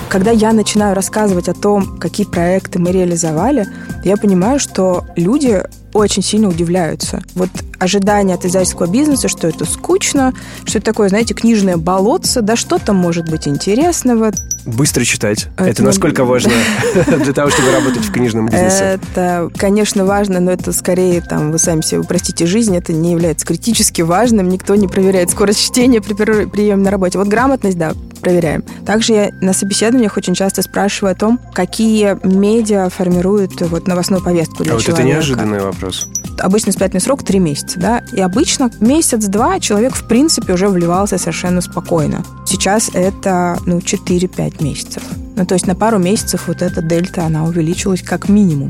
Когда я начинаю рассказывать о том, какие проекты мы реализовали, я понимаю, что люди очень сильно удивляются. Вот ожидание от издательского бизнеса, что это скучно, что это такое, знаете, книжное болотце, да что там может быть интересного. Быстро читать. Это насколько важно для того, чтобы работать в книжном бизнесе? Это, конечно, важно, но это скорее, вы сами себе упростите жизнь, это не является критически важным, никто не проверяет скорость чтения при приеме на работе. Вот грамотность, да, проверяем. Также я на собеседованиях очень часто спрашиваю о том, какие медиа формируют новостную повестку для человека. А вот это неожиданный вопрос. Обычно испытательный срок 3 месяца, да, и обычно месяц-два человек, в принципе, уже вливался совершенно спокойно. Сейчас это, 4-5 месяцев. То есть на пару месяцев вот эта дельта, она увеличилась как минимум.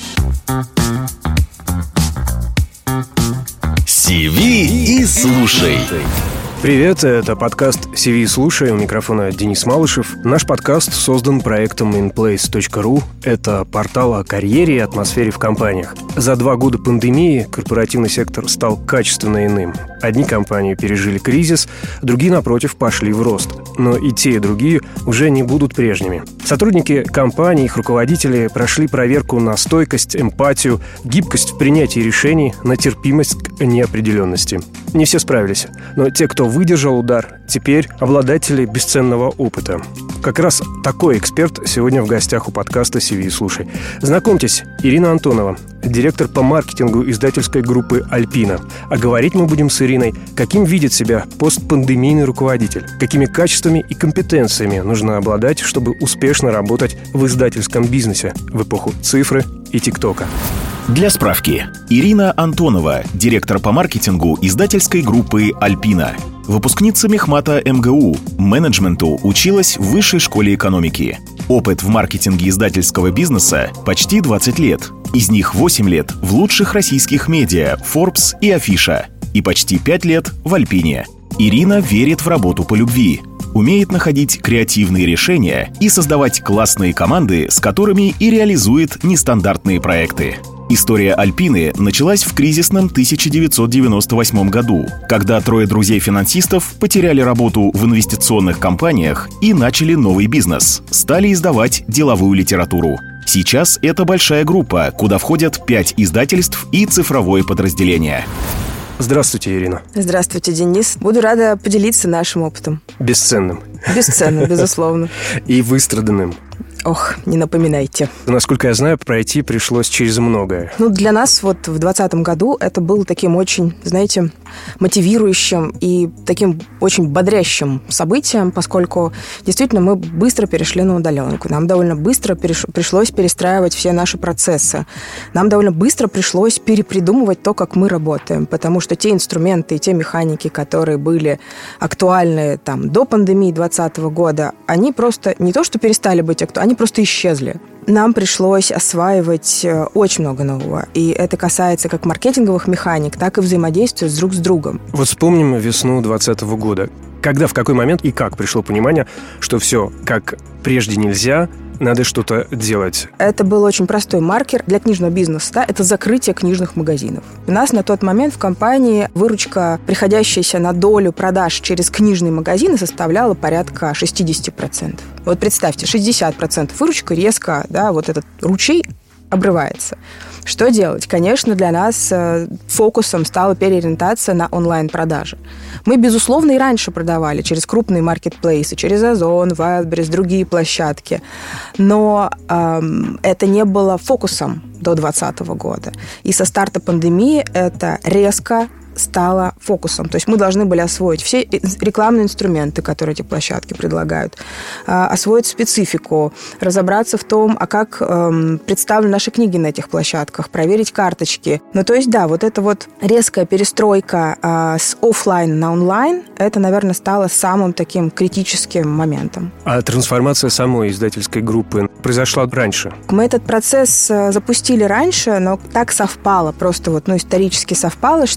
«CV и слушай». Привет, это подкаст «CV и слушай», у микрофона Денис Малышев. Наш подкаст создан проектом inplace.ru. Это портал о карьере и атмосфере в компаниях. За 2 года пандемии корпоративный сектор стал качественно иным. Одни компании пережили кризис, другие, напротив, пошли в рост. Но и те, и другие уже не будут прежними. Сотрудники компаний, их руководители прошли проверку на стойкость, эмпатию, гибкость в принятии решений, на терпимость к неопределенности. Не все справились, но те, кто выдержал удар, теперь обладатели бесценного опыта. Как раз такой эксперт сегодня в гостях у подкаста «CV и слушай». Знакомьтесь, Ирина Антонова, директор по маркетингу издательской группы «Альпина». А говорить мы будем с Ириной, каким видит себя постпандемийный руководитель, какими качествами и компетенциями нужно обладать, чтобы успешно работать в издательском бизнесе в эпоху цифры и ТикТока. Для справки, Ирина Антонова, директор по маркетингу издательской группы «Альпина». Выпускница мехмата МГУ, менеджменту училась в Высшей школе экономики. Опыт в маркетинге издательского бизнеса почти 20 лет. Из них 8 лет в лучших российских медиа Forbes и Афиша. И почти 5 лет в Альпине. Ирина верит в работу по любви. Умеет находить креативные решения и создавать классные команды, с которыми и реализует нестандартные проекты. История Альпины началась в кризисном 1998 году, когда 3 друзей-финансистов потеряли работу в инвестиционных компаниях и начали новый бизнес – стали издавать деловую литературу. Сейчас это большая группа, куда входят 5 издательств и цифровое подразделение. Здравствуйте, Ирина. Здравствуйте, Денис. Буду рада поделиться нашим опытом. Бесценным. Бесценным, безусловно. И выстраданным. Ох, не напоминайте. Насколько я знаю, пройти пришлось через многое. Для нас в 2020 году это было таким очень, мотивирующим и таким очень бодрящим событием, поскольку действительно мы быстро перешли на удаленку. Нам довольно быстро пришлось перестраивать все наши процессы. Нам довольно быстро пришлось перепридумывать то, как мы работаем, потому что те инструменты и те механики, которые были актуальны до пандемии 2020 года, они просто не то, что перестали быть актуальны, они просто исчезли. Нам пришлось осваивать очень много нового. И это касается как маркетинговых механик, так и взаимодействия друг с другом. Вот вспомним весну 2020 года. Когда, в какой момент и как пришло понимание, что все, как прежде нельзя, надо что-то делать? Это был очень простой маркер для книжного бизнеса. Это закрытие книжных магазинов. У нас на тот момент в компании выручка, приходящаяся на долю продаж через книжные магазины, составляла порядка 60%. Вот представьте, 60% выручка резко, этот ручей обрывается. Что делать? Конечно, для нас фокусом стала переориентация на онлайн-продажи. Мы, безусловно, и раньше продавали через крупные маркетплейсы, через Озон, Wildberries, другие площадки. Но это не было фокусом до 2020 года. И со старта пандемии это резко стало фокусом. То есть мы должны были освоить все рекламные инструменты, которые эти площадки предлагают, освоить специфику, разобраться в том, как представлены наши книги на этих площадках, проверить карточки. эта резкая перестройка с офлайн на онлайн, это, наверное, стало самым таким критическим моментом. А трансформация самой издательской группы произошла раньше? Мы этот процесс запустили раньше, но так совпало, просто исторически совпало, что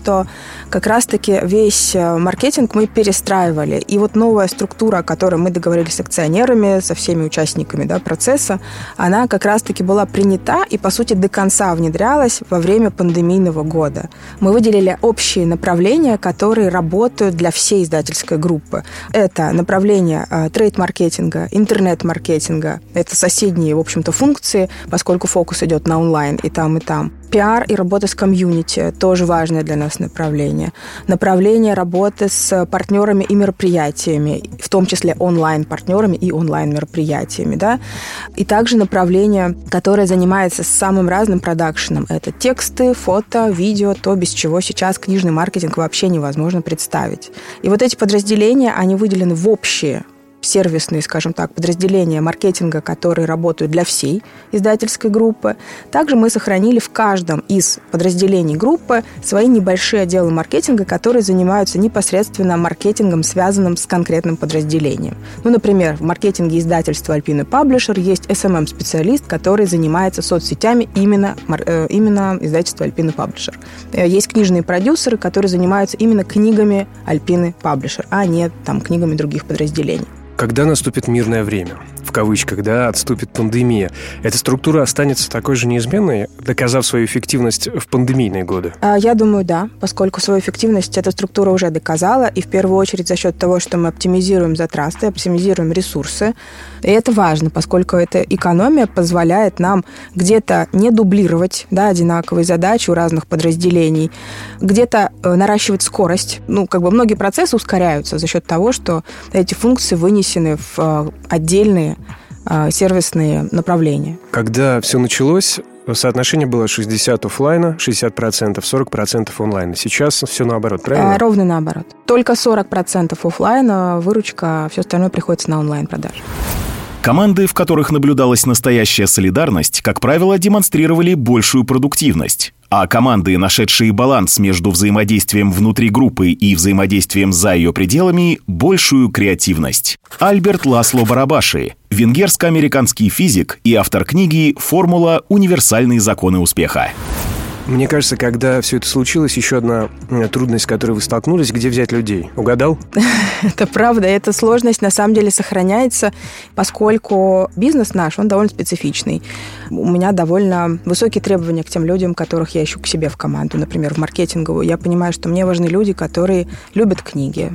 как раз-таки весь маркетинг мы перестраивали. И вот новая структура, о которой мы договорились с акционерами, со всеми участниками, да, процесса, она как раз-таки была принята и, по сути, до конца внедрялась во время пандемийного года. Мы выделили общие направления, которые работают для всей издательской группы. Это направление трейд-маркетинга, интернет-маркетинга. Это соседние, в общем-то, функции, поскольку фокус идет на онлайн и там, и там. Пиар и работа с комьюнити – тоже важное для нас направление. Направление работы с партнерами и мероприятиями, в том числе онлайн-партнерами и онлайн-мероприятиями. Да? И также направление, которое занимается самым разным продакшеном. Это тексты, фото, видео, то, без чего сейчас книжный маркетинг вообще невозможно представить. И вот эти подразделения, они выделены в общие сервисные, скажем так, подразделения маркетинга, которые работают для всей издательской группы. Также мы сохранили в каждом из подразделений группы свои небольшие отделы маркетинга, которые занимаются непосредственно маркетингом, связанным с конкретным подразделением. Ну, например, в маркетинге издательства Alpina Publisher есть SMM-специалист, который занимается соцсетями именно издательства Alpina Publisher. Есть книжные продюсеры, которые занимаются именно книгами Alpina Publisher, а не там книгами других подразделений. Когда наступит мирное время, в кавычках, да, отступит пандемия, эта структура останется такой же неизменной, доказав свою эффективность в пандемийные годы? Я думаю, да, поскольку свою эффективность эта структура уже доказала, и в первую очередь за счет того, что мы оптимизируем затраты, оптимизируем ресурсы. И это важно, поскольку эта экономия позволяет нам где-то не дублировать, да, одинаковые задачи у разных подразделений, где-то наращивать скорость. Многие процессы ускоряются за счет того, что эти функции вынесены в отдельные сервисные направления. Когда все началось, соотношение было 60 офлайна, 60%, 40% онлайна. Сейчас все наоборот, правильно? Ровно наоборот. Только 40% офлайна выручка, а все остальное приходится на онлайн-продажи. Команды, в которых наблюдалась настоящая солидарность, как правило, демонстрировали большую продуктивность. А команды, нашедшие баланс между взаимодействием внутри группы и взаимодействием за ее пределами, большую креативность. Альберт Ласло Барабаши, венгерско-американский физик и автор книги «Формула. Универсальные законы успеха». Мне кажется, когда все это случилось, еще одна трудность, с которой вы столкнулись, где взять людей. Угадал? Это правда. Эта сложность на самом деле сохраняется, поскольку бизнес наш, он довольно специфичный. У меня довольно высокие требования к тем людям, которых я ищу к себе в команду. Например, в маркетинговую. Я понимаю, что мне важны люди, которые любят книги,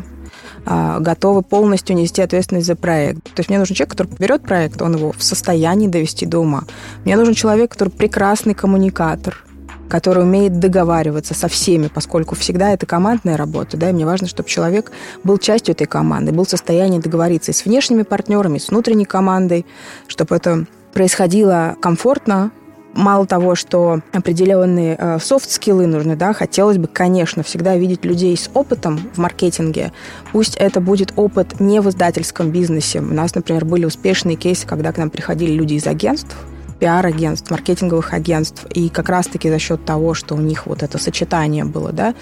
готовы полностью нести ответственность за проект. То есть мне нужен человек, который берет проект, он его в состоянии довести до ума. Мне нужен человек, который прекрасный коммуникатор, который умеет договариваться со всеми, поскольку всегда это командная работа, да, и мне важно, чтобы человек был частью этой команды, был в состоянии договориться и с внешними партнерами, и с внутренней командой, чтобы это происходило комфортно. Мало того, что определенные софт-скиллы нужны, да, хотелось бы, конечно, всегда видеть людей с опытом в маркетинге. Пусть это будет опыт не в издательском бизнесе. У нас, например, были успешные кейсы, когда к нам приходили люди из агентств, пиар-агентств, маркетинговых агентств, и как раз-таки за счет того, что у них вот это сочетание было, да,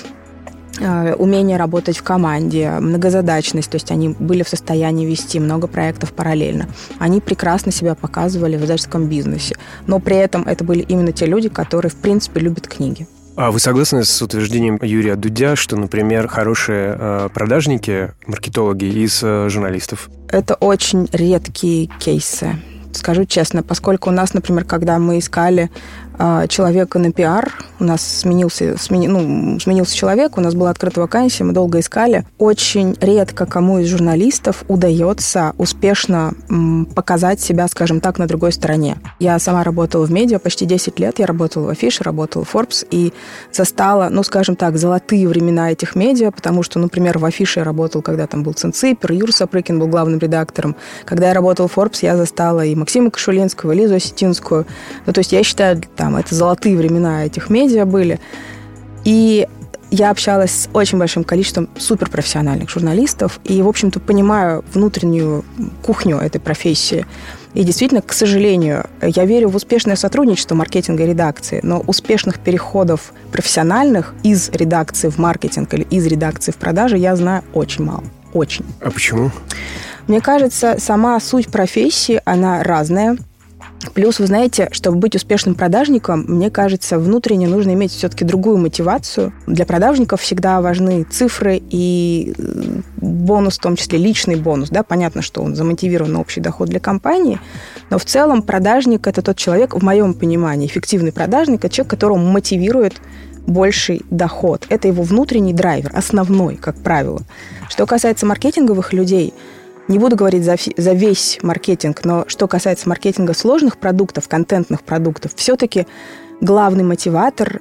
умение работать в команде, многозадачность, то есть они были в состоянии вести много проектов параллельно. Они прекрасно себя показывали в издательском бизнесе, но при этом это были именно те люди, которые, в принципе, любят книги. А вы согласны с утверждением Юрия Дудя, что, например, хорошие продажники, маркетологи из журналистов? Это очень редкие кейсы. Скажу честно, поскольку у нас, например, когда мы искали человека на пиар, у нас сменился человек, у нас была открыта вакансия, мы долго искали. Очень редко кому из журналистов удается успешно показать себя, скажем так, на другой стороне. Я сама работала в медиа почти 10 лет, я работала в Афише, работала в Forbes и застала, скажем так, золотые времена этих медиа, потому что, например, в Афише я работала, когда там был Цинципер, Юр Сапрыкин был главным редактором. Когда я работала в Forbes, я застала и Максима Кашулинского, и Лизу Осетинскую. То есть я считаю, это золотые времена этих медиа были. И я общалась с очень большим количеством суперпрофессиональных журналистов и, в общем-то, понимаю внутреннюю кухню этой профессии. И действительно, к сожалению, я верю в успешное сотрудничество маркетинга и редакции, но успешных переходов профессиональных из редакции в маркетинг или из редакции в продажи я знаю очень мало. Очень. А почему? Мне кажется, сама суть профессии, она разная. Плюс, вы знаете, чтобы быть успешным продажником, мне кажется, внутренне нужно иметь все-таки другую мотивацию. Для продажников всегда важны цифры и бонус, в том числе личный бонус. Да? Понятно, что он замотивирован на общий доход для компании, но в целом продажник – это тот человек, в моем понимании, эффективный продажник – это человек, которого мотивирует больший доход. Это его внутренний драйвер, основной, как правило. Что касается маркетинговых людей, не буду говорить за весь маркетинг, но что касается маркетинга сложных продуктов, контентных продуктов, все-таки главный мотиватор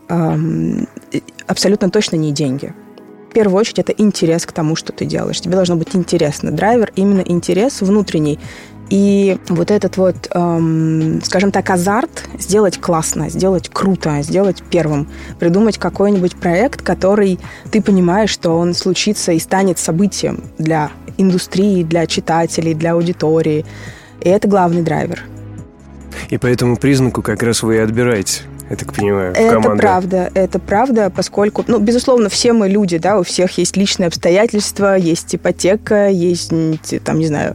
абсолютно точно не деньги. В первую очередь это интерес к тому, что ты делаешь. Тебе должно быть интересно. Драйвер именно интерес внутренний. И вот этот вот, скажем так, азарт сделать классно, сделать круто, сделать первым, придумать какой-нибудь проект, который ты понимаешь, что он случится и станет событием для индустрии, для читателей, для аудитории. И это главный драйвер. И по этому признаку как раз вы и отбираете, я так понимаю, команду. Это правда, поскольку, безусловно, все мы люди, да, у всех есть личные обстоятельства, есть ипотека, есть, там, не знаю,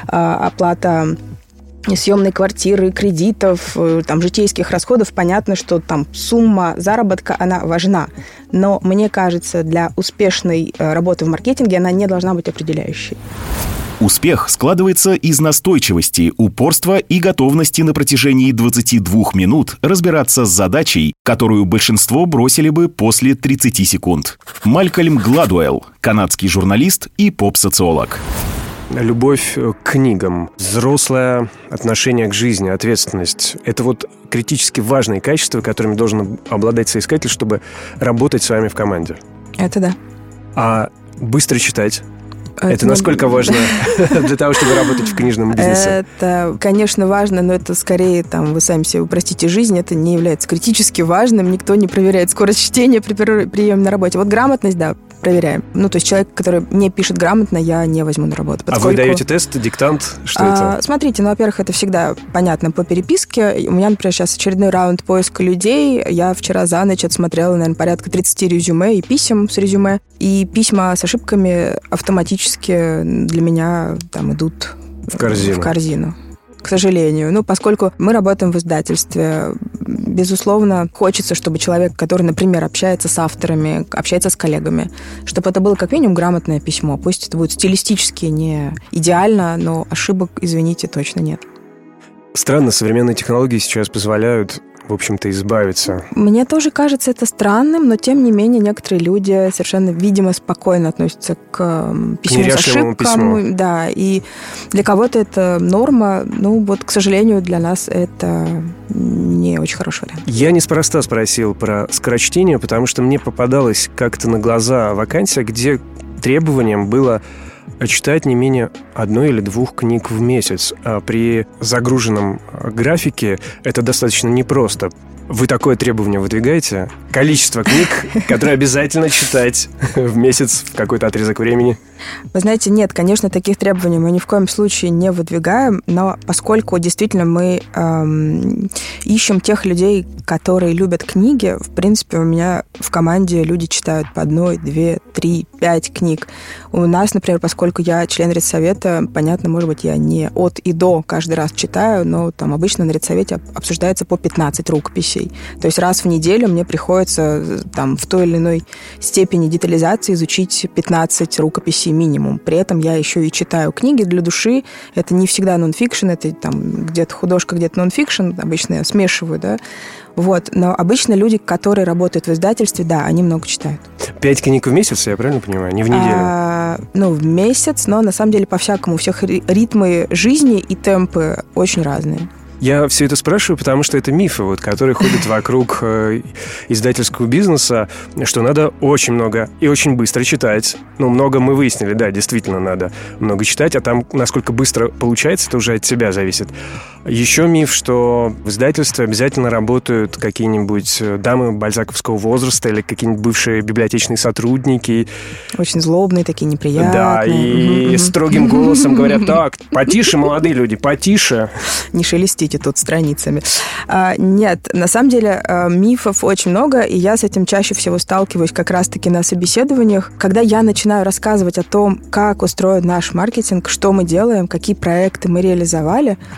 оплата съемной квартиры, кредитов, там, житейских расходов. Понятно, что там сумма заработка, она важна. Но мне кажется, для успешной работы в маркетинге она не должна быть определяющей. Успех складывается из настойчивости, упорства и готовности на протяжении 22 минут разбираться с задачей, которую большинство бросили бы после 30 секунд. Малькольм Гладуэлл, канадский журналист и поп-социолог. Любовь к книгам, взрослое отношение к жизни, ответственность – это вот критически важные качества, которыми должен обладать соискатель, чтобы работать с вами в команде. Это да. А быстро читать – это насколько важно для того, чтобы работать в книжном бизнесе? Это, конечно, важно, но это скорее, там, вы сами себе упростите жизнь, это не является критически важным, никто не проверяет скорость чтения при приеме на работе. Вот грамотность, да, проверяем. То есть человек, который не пишет грамотно, я не возьму на работу. А вы даете тест, диктант? Что это? Смотрите, во-первых, это всегда понятно по переписке. У меня, например, сейчас очередной раунд поиска людей. Я вчера за ночь отсмотрела, наверное, порядка 30 резюме и писем с резюме. И письма с ошибками автоматически для меня там идут в корзину. К сожалению. Поскольку мы работаем в издательстве, безусловно, хочется, чтобы человек, который, например, общается с авторами, общается с коллегами, чтобы это было как минимум грамотное письмо. Пусть это будет стилистически не идеально, но ошибок, извините, точно нет. Странно, современные технологии сейчас позволяют, в общем-то, избавиться. Мне тоже кажется это странным, но, тем не менее, некоторые люди совершенно, видимо, спокойно относятся к письму с ошибками. Письму. Да, и для кого-то это норма. К сожалению, для нас это не очень хороший вариант. Я неспроста спросил про скорочтение, потому что мне попадалась как-то на глаза вакансия, где требованием было читать не менее 1 или 2 книг в месяц. А при загруженном графике это достаточно непросто. Вы такое требование выдвигаете? Количество книг, которые обязательно читать в месяц в какой-то отрезок времени? Вы знаете, нет, конечно, таких требований мы ни в коем случае не выдвигаем, но поскольку действительно мы ищем тех людей, которые любят книги, в принципе, у меня в команде люди читают по 1, 2, 3, 5 книг. У нас, например, поскольку я член редсовета, понятно, может быть, я не от и до каждый раз читаю, но там обычно на редсовете обсуждается по 15 рукописей. То есть раз в неделю мне приходится там в той или иной степени детализации изучить 15 рукописей минимум. При этом я еще и читаю книги для души. Это не всегда нонфикшн, это там где-то художка, где-то нонфикшн. Обычно я смешиваю, да. Но обычно люди, которые работают в издательстве, да, они много читают. 5 книг в месяц, я правильно понимаю? Не в неделю? В месяц, но на самом деле по-всякому. У всех ритмы жизни и темпы очень разные. Я все это спрашиваю, потому что это мифы, которые ходят вокруг издательского бизнеса, что надо очень много и очень быстро читать. Много мы выяснили, да, действительно надо много читать, а там, насколько быстро получается, это уже от тебя зависит. Еще миф, что в издательстве обязательно работают какие-нибудь дамы бальзаковского возраста или какие-нибудь бывшие библиотечные сотрудники. Очень злобные, такие неприятные. Да, и строгим голосом говорят: так, потише, молодые люди, потише. Не шелестите тут страницами. Нет, на самом деле мифов очень много, и я с этим чаще всего сталкиваюсь как раз-таки на собеседованиях. Когда я начинаю рассказывать о том, как устроен наш маркетинг, что мы делаем, какие проекты мы реализовали, я понимаю,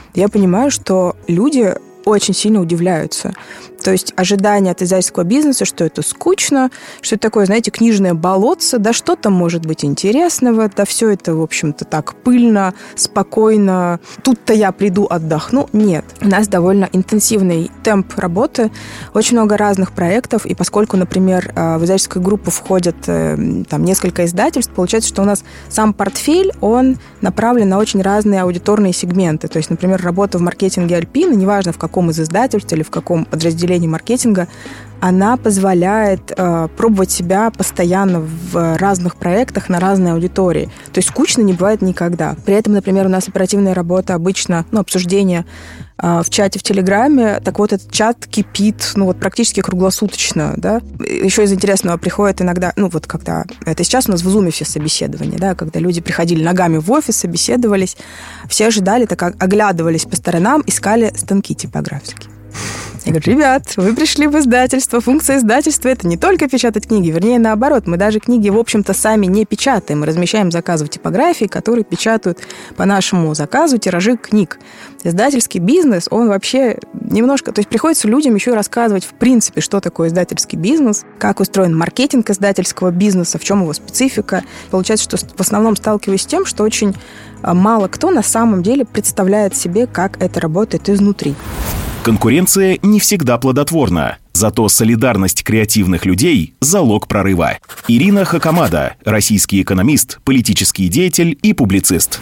понимаю, что люди очень сильно удивляются. То есть ожидания от издательского бизнеса, что это скучно, что это такое, знаете, книжное болотце, да что-то может быть интересного, да все это, в общем-то, так пыльно, спокойно, тут-то я приду, отдохну. Нет, у нас довольно интенсивный темп работы, очень много разных проектов, и поскольку, например, в издательскую группу входят там несколько издательств, получается, что у нас сам портфель, он направлен на очень разные аудиторные сегменты. То есть, например, работа в маркетинге Альпины, неважно в каком из издательств или в каком подразделении маркетинга, она позволяет пробовать себя постоянно в разных проектах на разной аудитории. То есть скучно не бывает никогда. При этом, например, у нас оперативная работа обычно, обсуждение в чате в Телеграме, так вот этот чат кипит, практически круглосуточно, да. Еще из интересного приходит иногда, когда это сейчас у нас в Zoom все собеседования, да, когда люди приходили ногами в офис, собеседовались, все ожидали, так оглядывались по сторонам, искали станки типографские. Я говорю, ребят, вы пришли в издательство. Функция издательства – это не только печатать книги, вернее, наоборот. Мы даже книги, в общем-то, сами не печатаем. Мы размещаем заказы в типографии, которые печатают по нашему заказу тиражи книг. Издательский бизнес, он вообще немножко... То есть приходится людям еще и рассказывать, в принципе, что такое издательский бизнес, как устроен маркетинг издательского бизнеса, в чем его специфика. Получается, что в основном сталкиваюсь с тем, что очень мало кто на самом деле представляет себе, как это работает изнутри. Конкуренция не всегда плодотворна, зато солидарность креативных людей – залог прорыва. Ирина Хакамада, российский экономист, политический деятель и публицист.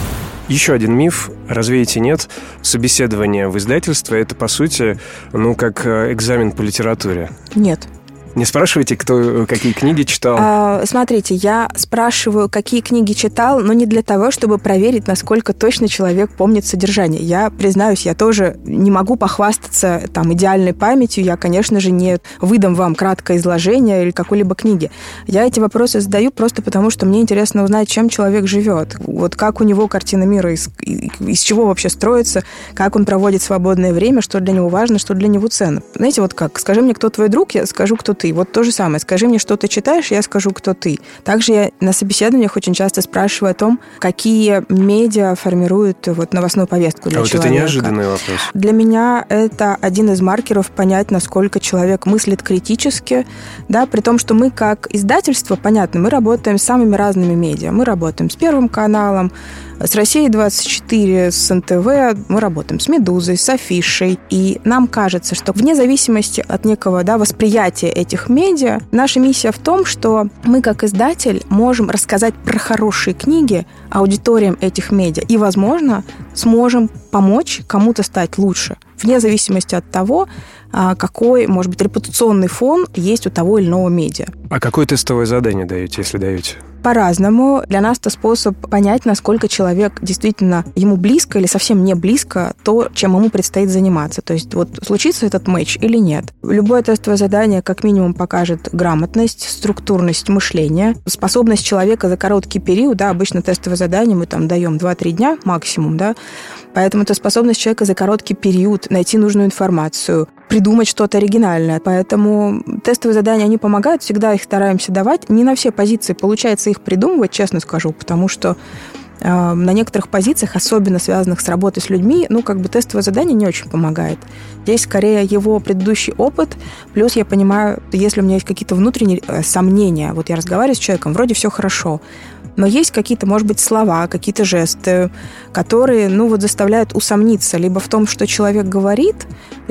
Еще один миф, развеете нет. Собеседование в издательство – это, по сути, как экзамен по литературе. Нет. Не спрашивайте, кто какие книги читал? Смотрите, я спрашиваю, какие книги читал, но не для того, чтобы проверить, насколько точно человек помнит содержание. Я, признаюсь, я тоже не могу похвастаться идеальной памятью. Я, конечно же, не выдам вам краткое изложение или какой-либо книги. Я эти вопросы задаю просто потому, что мне интересно узнать, чем человек живет. Вот как у него картина мира, из чего вообще строится, как он проводит свободное время, что для него важно, что для него ценно. Знаете, вот как? Скажи мне, кто твой друг, я скажу, кто ты. Вот то же самое. Скажи мне, что ты читаешь, я скажу, кто ты. Также я на собеседованиях очень часто спрашиваю о том, какие медиа формируют новостную повестку для человека. Это неожиданный вопрос. Для меня это один из маркеров понять, насколько человек мыслит критически, да, при том, что мы как издательство, понятно, мы работаем с самыми разными медиа. Мы работаем с Первым каналом, с Россией-24, с НТВ, мы работаем с «Медузой», с «Афишей». И нам кажется, что вне зависимости от некого восприятия этих медиа, наша миссия в том, что мы как издатель можем рассказать про хорошие книги аудиториям этих медиа и, возможно, сможем помочь кому-то стать лучше, вне зависимости от того, какой, может быть, репутационный фон есть у того или иного медиа. А какое тестовое задание даете, если даете? По-разному. Для нас это способ понять, насколько человек действительно ему близко или совсем не близко то, чем ему предстоит заниматься. То есть случится этот матч или нет. Любое тестовое задание как минимум покажет грамотность, структурность мышления, способность человека за короткий период, да, обычно тестовое задание мы даем 2-3 дня максимум, да, поэтому это способность человека за короткий период найти нужную информацию, придумать что-то оригинальное. Поэтому тестовые задания, они помогают, всегда их стараемся давать. Не на все позиции получается их придумывать, честно скажу, потому что на некоторых позициях, особенно связанных с работой с людьми, тестовое задание не очень помогает. Здесь скорее его предыдущий опыт, плюс я понимаю, если у меня есть какие-то внутренние сомнения, я разговариваю с человеком, вроде все хорошо, но есть какие-то, может быть, слова, какие-то жесты, которые, заставляют усомниться либо в том, что человек говорит,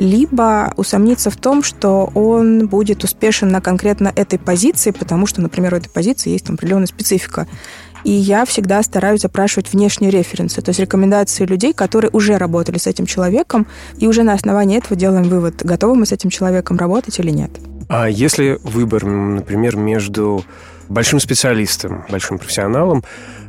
либо усомниться в том, что он будет успешен на конкретно этой позиции, потому что, например, у этой позиции есть определенная специфика. И я всегда стараюсь запрашивать внешние референсы, то есть рекомендации людей, которые уже работали с этим человеком, и уже на основании этого делаем вывод, готовы мы с этим человеком работать или нет. А если выбор, например, между большим специалистом, большим профессионалом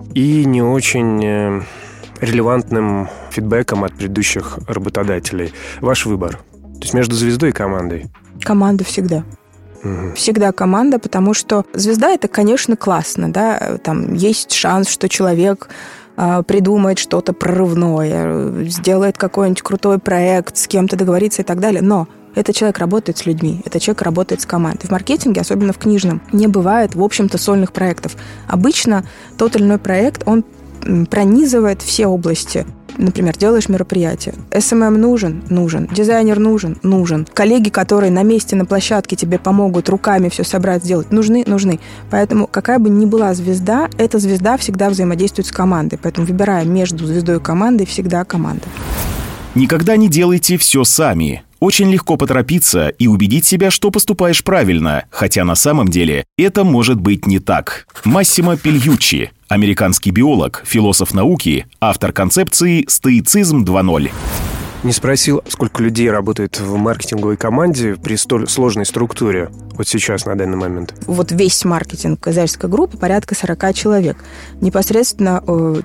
и не очень релевантным фидбэком от предыдущих работодателей, ваш выбор? То есть между звездой и командой? Команда всегда. Всегда команда, потому что звезда – это, конечно, классно, да, там есть шанс, что человек придумает что-то прорывное, сделает какой-нибудь крутой проект, с кем-то договорится и так далее, но этот человек работает с людьми, этот человек работает с командой. В маркетинге, особенно в книжном, не бывает, в общем-то, сольных проектов. Обычно тот или иной проект, он пронизывает все области. Например, делаешь мероприятие. SMM нужен. Дизайнер нужен. Коллеги, которые на месте, на площадке тебе помогут руками все собрать, сделать, нужны. Поэтому какая бы ни была звезда, эта звезда всегда взаимодействует с командой. Поэтому выбирая между звездой и командой, всегда команда. Никогда не делайте все сами. Очень легко поторопиться и убедить себя, что поступаешь правильно, хотя на самом деле это может быть не так. Массимо Пильюччи, американский биолог, философ науки, автор концепции «Стоицизм 2.0». Не спросил, сколько людей работает в маркетинговой команде при столь сложной структуре вот сейчас, на данный момент. Вот весь маркетинг издательской группы порядка 40 человек. Непосредственно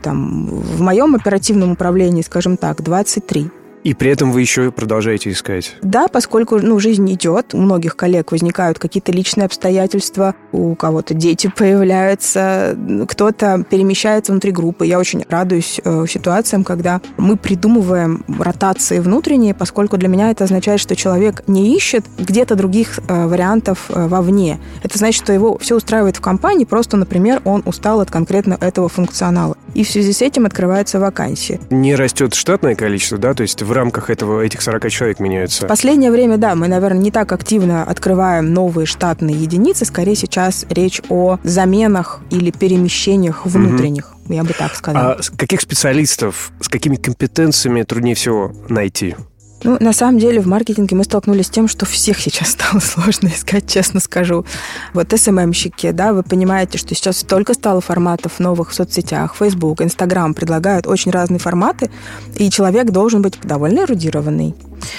в моем оперативном управлении, скажем так, 23. И при этом вы еще продолжаете искать? Да, поскольку жизнь идет, у многих коллег возникают какие-то личные обстоятельства, у кого-то дети появляются, кто-то перемещается внутри группы. Я очень радуюсь ситуациям, когда мы придумываем ротации внутренние, поскольку для меня это означает, что человек не ищет где-то других вариантов вовне. Это значит, что его все устраивает в компании, просто, например, он устал от конкретно этого функционала. И в связи с этим открываются вакансии. Не растет штатное количество, да? То есть в рамках этих 40 человек меняются? В последнее время, да, мы, наверное, не так активно открываем новые штатные единицы. Скорее сейчас речь о заменах или перемещениях внутренних, я бы так сказала. А каких специалистов, с какими компетенциями труднее всего найти? На самом деле в маркетинге мы столкнулись с тем, что всех сейчас стало сложно искать, честно скажу. Вот SMM-щики, да, вы понимаете, что сейчас столько стало форматов новых в соцсетях, Facebook, Instagram предлагают очень разные форматы, и человек должен быть довольно эрудированный.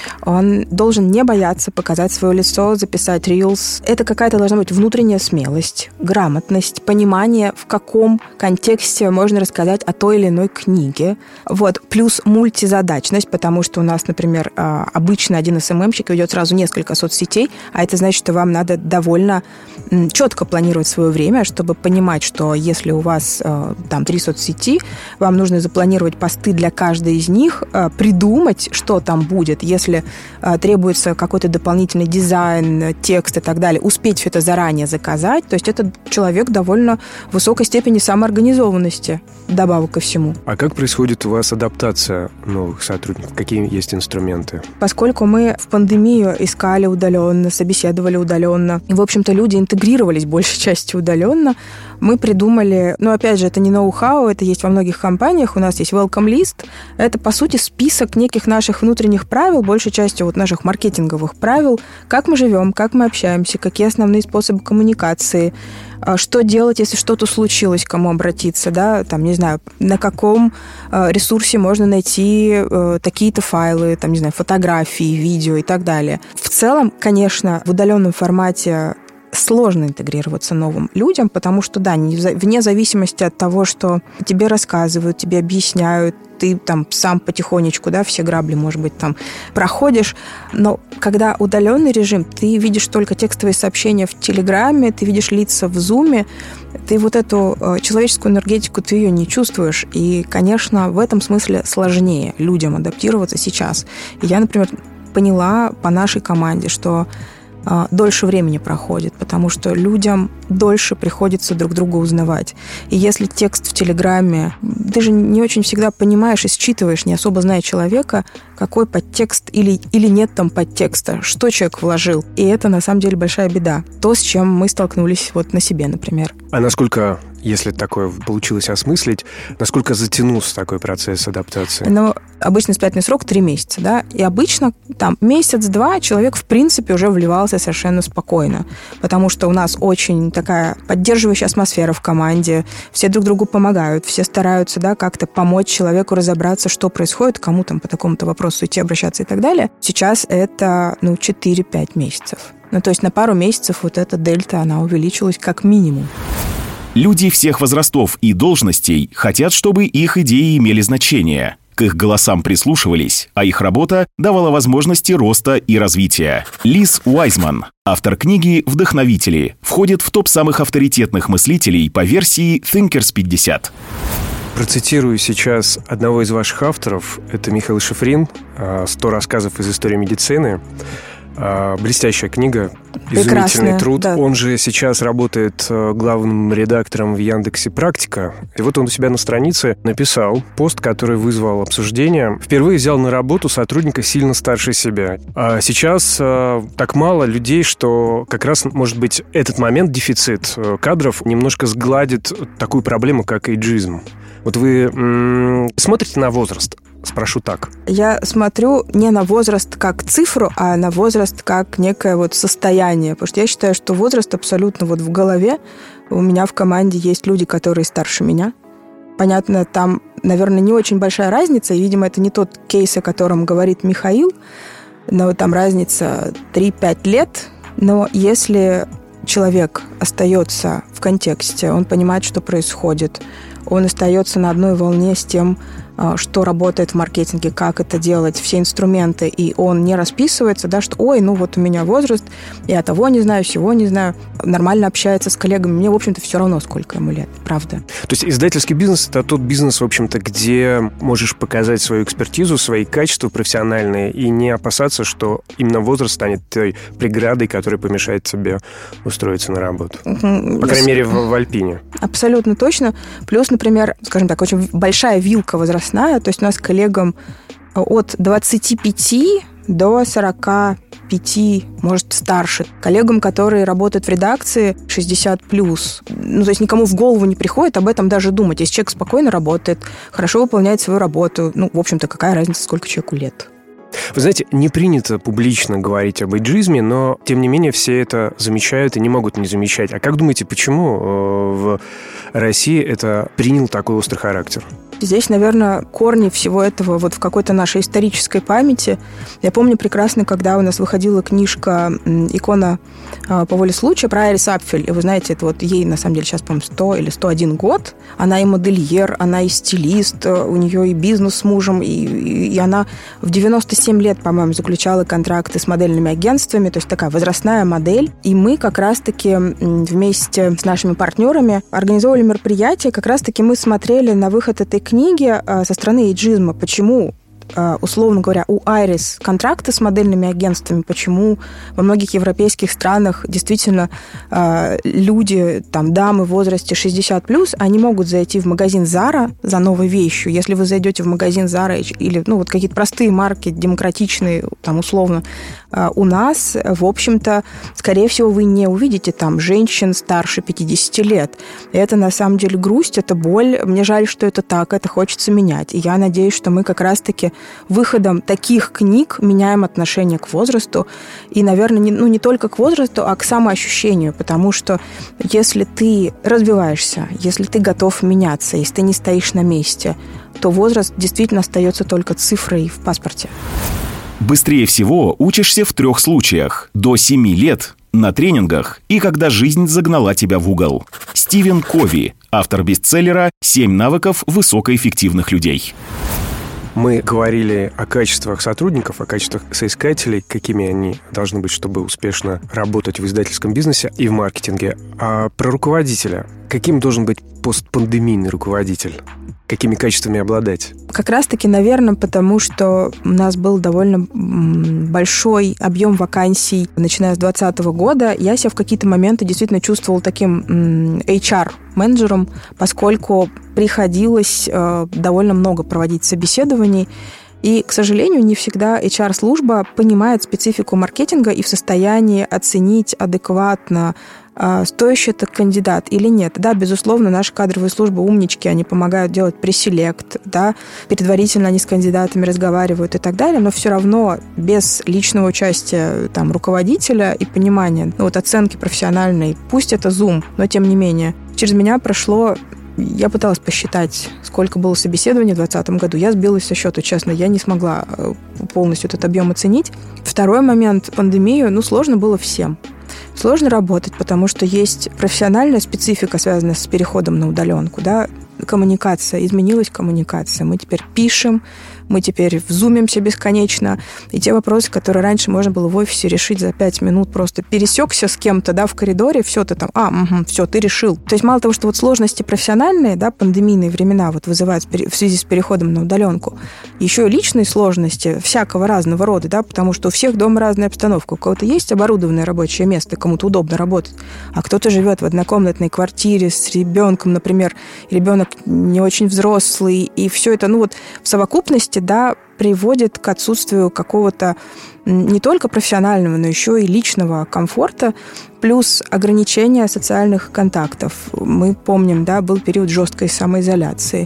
Он должен не бояться показать свое лицо, записать рилс. Это какая-то должна быть внутренняя смелость, грамотность, понимание, в каком контексте можно рассказать о той или иной книге. Вот. Плюс мультизадачность, потому что у нас, например, обычно один СММщик ведет сразу несколько соцсетей, а это значит, что вам надо довольно четко планировать свое время, чтобы понимать, что если у вас 3 соцсети, вам нужно запланировать посты для каждой из них, придумать, что там будет, если требуется какой-то дополнительный дизайн, текст и так далее, успеть все это заранее заказать. То есть это человек довольно высокой степени самоорганизованности, добавок ко всему. А как происходит у вас адаптация новых сотрудников? Какие есть инструменты? Поскольку мы в пандемию искали удаленно, собеседовали удаленно, и, в общем-то, люди интегрировались большей частью удаленно, мы придумали, опять же, это не ноу-хау, это есть во многих компаниях, у нас есть welcome list, это, по сути, список неких наших внутренних правил, большей частью наших маркетинговых правил, как мы живем, как мы общаемся, какие основные способы коммуникации, что делать, если что-то случилось, к кому обратиться, да, не знаю, на каком ресурсе можно найти такие-то файлы, фотографии, видео и так далее. В целом, конечно, в удаленном формате сложно интегрироваться новым людям, потому что, да, вне зависимости от того, что тебе рассказывают, тебе объясняют, ты сам потихонечку, да, все грабли, может быть, проходишь, но когда удаленный режим, ты видишь только текстовые сообщения в Телеграме, ты видишь лица в Зуме, ты эту человеческую энергетику, ты ее не чувствуешь, и, конечно, в этом смысле сложнее людям адаптироваться сейчас. И я, например, поняла по нашей команде, что дольше времени проходит, потому что людям дольше приходится друг друга узнавать. И если текст в Телеграме, ты же не очень всегда понимаешь и считываешь, не особо зная человека, какой подтекст или нет там подтекста, что человек вложил. И это, на самом деле, большая беда. То, с чем мы столкнулись на себе, например. А насколько, если такое получилось осмыслить, насколько затянулся такой процесс адаптации? Обычно испытательный срок 3 месяца, да, и обычно месяц-два человек, в принципе, уже вливался совершенно спокойно, потому что у нас очень такая поддерживающая атмосфера в команде, все друг другу помогают, все стараются, да, как-то помочь человеку разобраться, что происходит, кому по такому-то вопросу идти, обращаться и так далее. Сейчас это, 4-5 месяцев. То есть на пару месяцев эта дельта, она увеличилась как минимум. Люди всех возрастов и должностей хотят, чтобы их идеи имели значение. К их голосам прислушивались, а их работа давала возможности роста и развития. Лиз Уайзман, автор книги «Вдохновители», входит в топ самых авторитетных мыслителей по версии Thinkers 50. Процитирую сейчас одного из ваших авторов. Это Михаил Шифрин, «100 рассказов из истории медицины». Блестящая книга, изумительный труд. Да. Он же сейчас работает главным редактором в Яндексе «Практика». И вот он у себя на странице написал пост, который вызвал обсуждение. Впервые взял на работу сотрудника сильно старше себя. А сейчас так мало людей, что как раз, может быть, этот момент, дефицит кадров, немножко сгладит такую проблему, как эйджизм. Вот вы смотрите на возраст? Спрошу так. Я смотрю не на возраст как цифру, а на возраст как некое вот состояние. Потому что я считаю, что возраст абсолютно вот в голове. У меня в команде есть люди, которые старше меня. Понятно, там, наверное, не очень большая разница. И, видимо, это не тот кейс, о котором говорит Михаил. Но там разница 3-5 лет. Но если человек остается в контексте, он понимает, что происходит, он остается на одной волне с тем, что работает в маркетинге, как это делать, все инструменты, и он не расписывается, да, что ой, ну вот у меня возраст, я того не знаю, сего не знаю, нормально общается с коллегами, мне, в общем-то, все равно, сколько ему лет, правда. То есть издательский бизнес – это тот бизнес, в общем-то, где можешь показать свою экспертизу, свои качества профессиональные и не опасаться, что именно возраст станет той преградой, которая помешает тебе устроиться на работу. По крайней мере, в Альпине. Абсолютно точно. Плюс, например, скажем так, очень большая вилка возрастная. То есть у нас коллегам от 25 до 45, может, старше. Коллегам, которые работают в редакции, 60+. Ну, то есть никому в голову не приходит об этом даже думать. Если человек спокойно работает, хорошо выполняет свою работу, ну, в общем-то, какая разница, сколько человеку лет? Вы знаете, не принято публично говорить об эйджизме, но, тем не менее, все это замечают и не могут не замечать. А как думаете, почему в России это принял такой острый характер? Здесь, наверное, корни всего этого вот в какой-то нашей исторической памяти. Я помню прекрасно, когда у нас выходила книжка «Икона по воле случая» про Айрис Апфель. И вы знаете, это вот ей, на самом деле, сейчас, по-моему, 100 или 101 год. Она и модельер, она и стилист, у нее и бизнес с мужем, и она в 97 лет, по-моему, заключала контракты с модельными агентствами, то есть такая возрастная модель. И мы как раз-таки вместе с нашими партнерами организовывали мероприятие. Как раз-таки мы смотрели на выход этой книги со стороны эйджизма. Почему, условно говоря, у Айрис контракты с модельными агентствами, почему во многих европейских странах действительно люди, там, дамы в возрасте 60+, они могут зайти в магазин Zara за новой вещью. Если вы зайдете в магазин Zara или, ну, вот какие-то простые марки, демократичные, там, условно, у нас, в общем-то, скорее всего, вы не увидите там женщин старше 50 лет. И это, на самом деле, грусть, это боль. Мне жаль, что это так, это хочется менять. И я надеюсь, что мы как раз-таки выходом таких книг меняем отношение к возрасту. И, наверное, не только к возрасту, а к самоощущению. Потому что если ты развиваешься, если ты готов меняться, если ты не стоишь на месте, то возраст действительно остается только цифрой в паспорте. Быстрее всего учишься в 3 случаях. До 7 лет, на тренингах и когда жизнь загнала тебя в угол. Стивен Кови, автор бестселлера «7 навыков высокоэффективных людей». Мы говорили о качествах сотрудников, о качествах соискателей, какими они должны быть, чтобы успешно работать в издательском бизнесе и в маркетинге. А про руководителя. Каким должен быть постпандемийный руководитель? Какими качествами обладать? Как раз-таки, наверное, потому что у нас был довольно большой объем вакансий, начиная с 2020 года. Я себя в какие-то моменты действительно чувствовала таким HR-менеджером, поскольку приходилось довольно много проводить собеседований. И, к сожалению, не всегда HR-служба понимает специфику маркетинга и в состоянии оценить адекватно, стоящий это кандидат или нет. Да, безусловно, наши кадровые службы умнички, они помогают делать преселект, да, предварительно они с кандидатами разговаривают и так далее, но все равно без личного участия там руководителя и понимания, ну, вот оценки профессиональной, пусть это Zoom, но тем не менее, через меня прошло. Я пыталась посчитать, сколько было собеседований в 2020 году. Я сбилась со счету, честно. Я не смогла полностью этот объем оценить. Второй момент. Пандемию, сложно было всем. Сложно работать, потому что есть профессиональная специфика, связанная с переходом на удаленку. Да? коммуникация, изменилась коммуникация. Мы теперь пишем, мы теперь зумимся бесконечно. И те вопросы, которые раньше можно было в офисе решить за 5 минут, просто пересекся с кем-то, да, в коридоре, все, ты там, все, ты решил. То есть мало того, что вот сложности профессиональные, да, пандемийные времена вот вызывают в связи с переходом на удаленку, еще и личные сложности всякого разного рода, да, потому что у всех дома разная обстановка. У кого-то есть оборудованное рабочее место, кому-то удобно работать, а кто-то живет в однокомнатной квартире с ребенком, например, и ребенок не очень взрослый, и все это, ну вот в совокупности, да, приводит к отсутствию какого-то не только профессионального, но еще и личного комфорта, плюс ограничения социальных контактов. Мы помним, да, был период жесткой самоизоляции.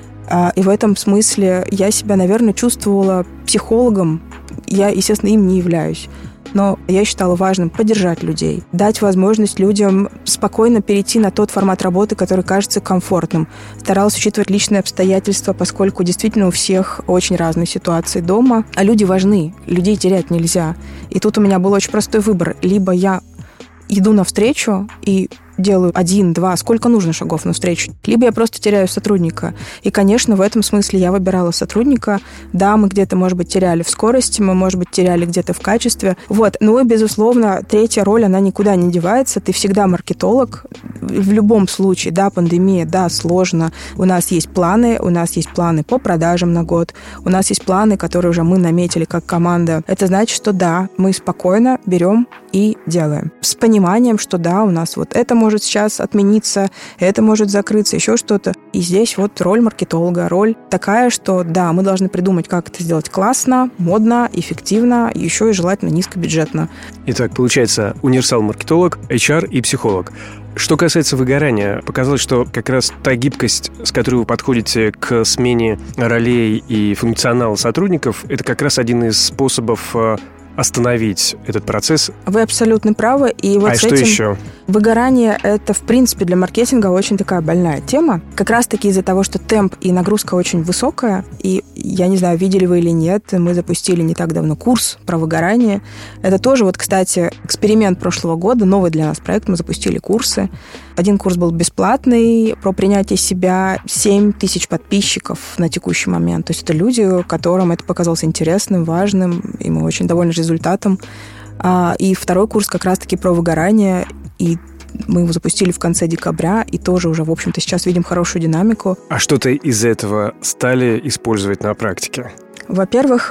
И в этом смысле я себя, наверное, чувствовала психологом. Я, естественно, им не являюсь. Но я считала важным поддержать людей, дать возможность людям спокойно перейти на тот формат работы, который кажется комфортным. Старалась учитывать личные обстоятельства, поскольку действительно у всех очень разные ситуации дома. А люди важны, людей терять нельзя. И тут у меня был очень простой выбор. Либо я иду навстречу и делаю 1-2, сколько нужно шагов навстречу. Либо я просто теряю сотрудника. И, конечно, в этом смысле я выбирала сотрудника. Да, мы где-то, может быть, теряли в скорости, мы, может быть, теряли где-то в качестве. Вот. Но, безусловно, третья роль, она никуда не девается. Ты всегда маркетолог. В любом случае, да, пандемия, да, сложно. У нас есть планы по продажам на год. У нас есть планы, которые уже мы наметили как команда. Это значит, что да, мы спокойно берем и делаем. С пониманием, что да, у нас вот это может сейчас отмениться, это может закрыться, еще что-то. И здесь вот роль маркетолога, роль такая, что да, мы должны придумать, как это сделать классно, модно, эффективно, еще и желательно низкобюджетно. Итак, получается, универсал-маркетолог, HR и психолог. Что касается выгорания, показалось, что как раз та гибкость, с которой вы подходите к смене ролей и функционала сотрудников, это как раз один из способов остановить этот процесс. Вы абсолютно правы. И вот что еще? Выгорание – это, в принципе, для маркетинга очень такая больная тема. Как раз-таки из-за того, что темп и нагрузка очень высокая. И, я не знаю, видели вы или нет, мы запустили не так давно курс про выгорание. Это тоже, вот, кстати, эксперимент прошлого года, новый для нас проект. Мы запустили курсы. Один курс был бесплатный, про принятие себя, 7 тысяч подписчиков на текущий момент. То есть это люди, которым это показалось интересным, важным, и мы очень довольны результатом. И второй курс как раз-таки про выгорание, и мы его запустили в конце декабря, и тоже уже, в общем-то, сейчас видим хорошую динамику. А что-то из этого стали использовать на практике? Во-первых,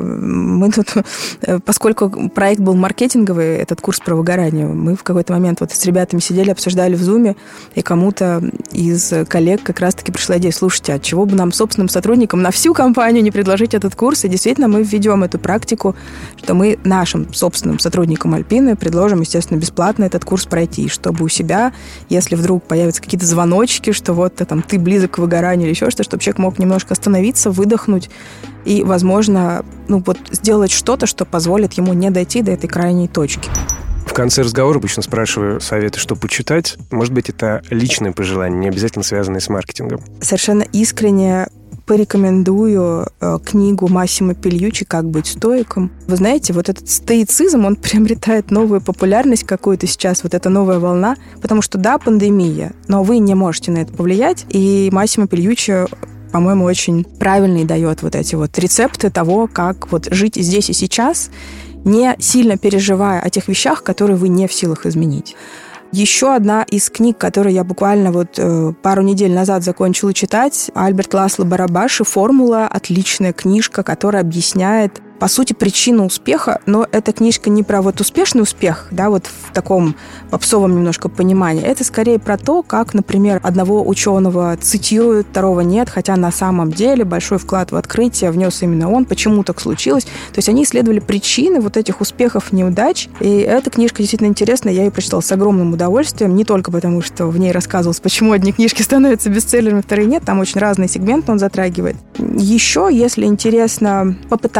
мы тут, поскольку проект был маркетинговый, этот курс про выгорание, мы в какой-то момент вот с ребятами сидели, обсуждали в Зуме, и кому-то из коллег как раз-таки пришла идея: слушайте, а чего бы нам, собственным сотрудникам, на всю компанию не предложить этот курс? И действительно мы введем эту практику, что мы нашим собственным сотрудникам Альпины предложим, естественно, бесплатно этот курс пройти, чтобы у себя, если вдруг появятся какие-то звоночки, что вот там ты близок к выгоранию или еще что-то, чтобы человек мог немножко остановиться, выдохнуть и, возможно, сделать что-то, что позволит ему не дойти до этой крайней точки. В конце разговора обычно спрашиваю советы, что почитать. Может быть, это личное пожелание, не обязательно связанное с маркетингом. Совершенно искренне порекомендую книгу Массимо Пильюччи «Как быть стоиком». Вы знаете, вот этот стоицизм, он приобретает новую популярность какую-то сейчас, вот эта новая волна, потому что, да, пандемия, но вы не можете на это повлиять, и Массимо Пильюччи, по-моему, очень правильный дает вот эти вот рецепты того, как вот жить здесь и сейчас, не сильно переживая о тех вещах, которые вы не в силах изменить. Еще одна из книг, которую я буквально пару недель назад закончила читать, Альберт Ласло Барабаши «Формула». Отличная книжка, которая объясняет, по сути, причину успеха, но эта книжка не про успешный успех, да, вот в таком попсовом немножко понимании. Это скорее про то, как, например, одного ученого цитируют, второго нет, хотя на самом деле большой вклад в открытие внес именно он, почему так случилось. То есть они исследовали причины вот этих успехов, неудач, и эта книжка действительно интересная, я ее прочитала с огромным удовольствием, не только потому, что в ней рассказывалось, почему одни книжки становятся бестселлерами, вторые нет, там очень разные сегменты он затрагивает. Еще, если интересно попытаться разобраться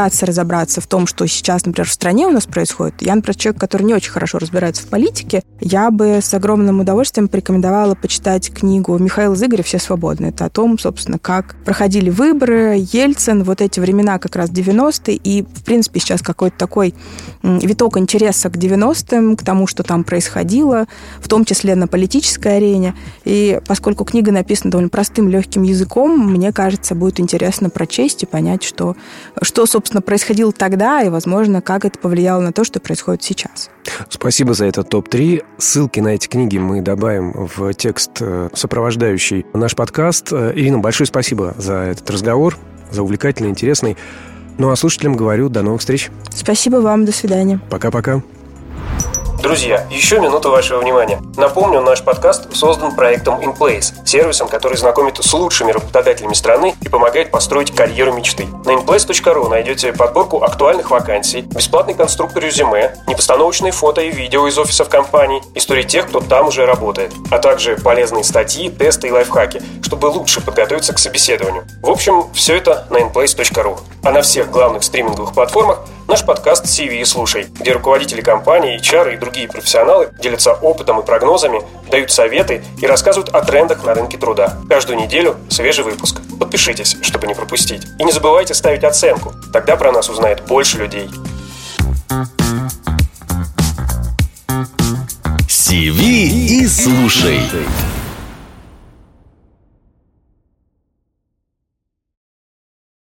разобраться в том, что сейчас, например, в стране у нас происходит. Я, например, человек, который не очень хорошо разбирается в политике, я бы с огромным удовольствием порекомендовала почитать книгу Михаила Зыгоря «Все свободны». Это о том, собственно, как проходили выборы, Ельцин, вот эти времена как раз 90-е, и, в принципе, сейчас какой-то такой виток интереса к 90-м, к тому, что там происходило, в том числе на политической арене. И поскольку книга написана довольно простым, легким языком, мне кажется, будет интересно прочесть и понять, что собственно, происходило тогда, и, возможно, как это повлияло на то, что происходит сейчас. Спасибо за этот топ-3. Ссылки на эти книги мы добавим в текст, сопровождающий наш подкаст. Ирина, большое спасибо за этот разговор, за увлекательный, интересный. Ну а слушателям говорю, до новых встреч. Спасибо вам, до свидания. Пока-пока. Друзья, еще минуту вашего внимания. Напомню, наш подкаст создан проектом InPlace, сервисом, который знакомит с лучшими работодателями страны и помогает построить карьеру мечты. На inplace.ru найдете подборку актуальных вакансий, бесплатный конструктор резюме, непостановочные фото и видео из офисов компаний, истории тех, кто там уже работает, а также полезные статьи, тесты и лайфхаки, чтобы лучше подготовиться к собеседованию. В общем, все это на inplace.ru. А на всех главных стриминговых платформах наш подкаст CV «Слушай», где руководители компаний, HR и другие профессионалы делятся опытом и прогнозами, дают советы и рассказывают о трендах на рынке труда. Каждую неделю свежий выпуск. Подпишитесь, чтобы не пропустить. И не забывайте ставить оценку. Тогда про нас узнает больше людей. CV и слушай.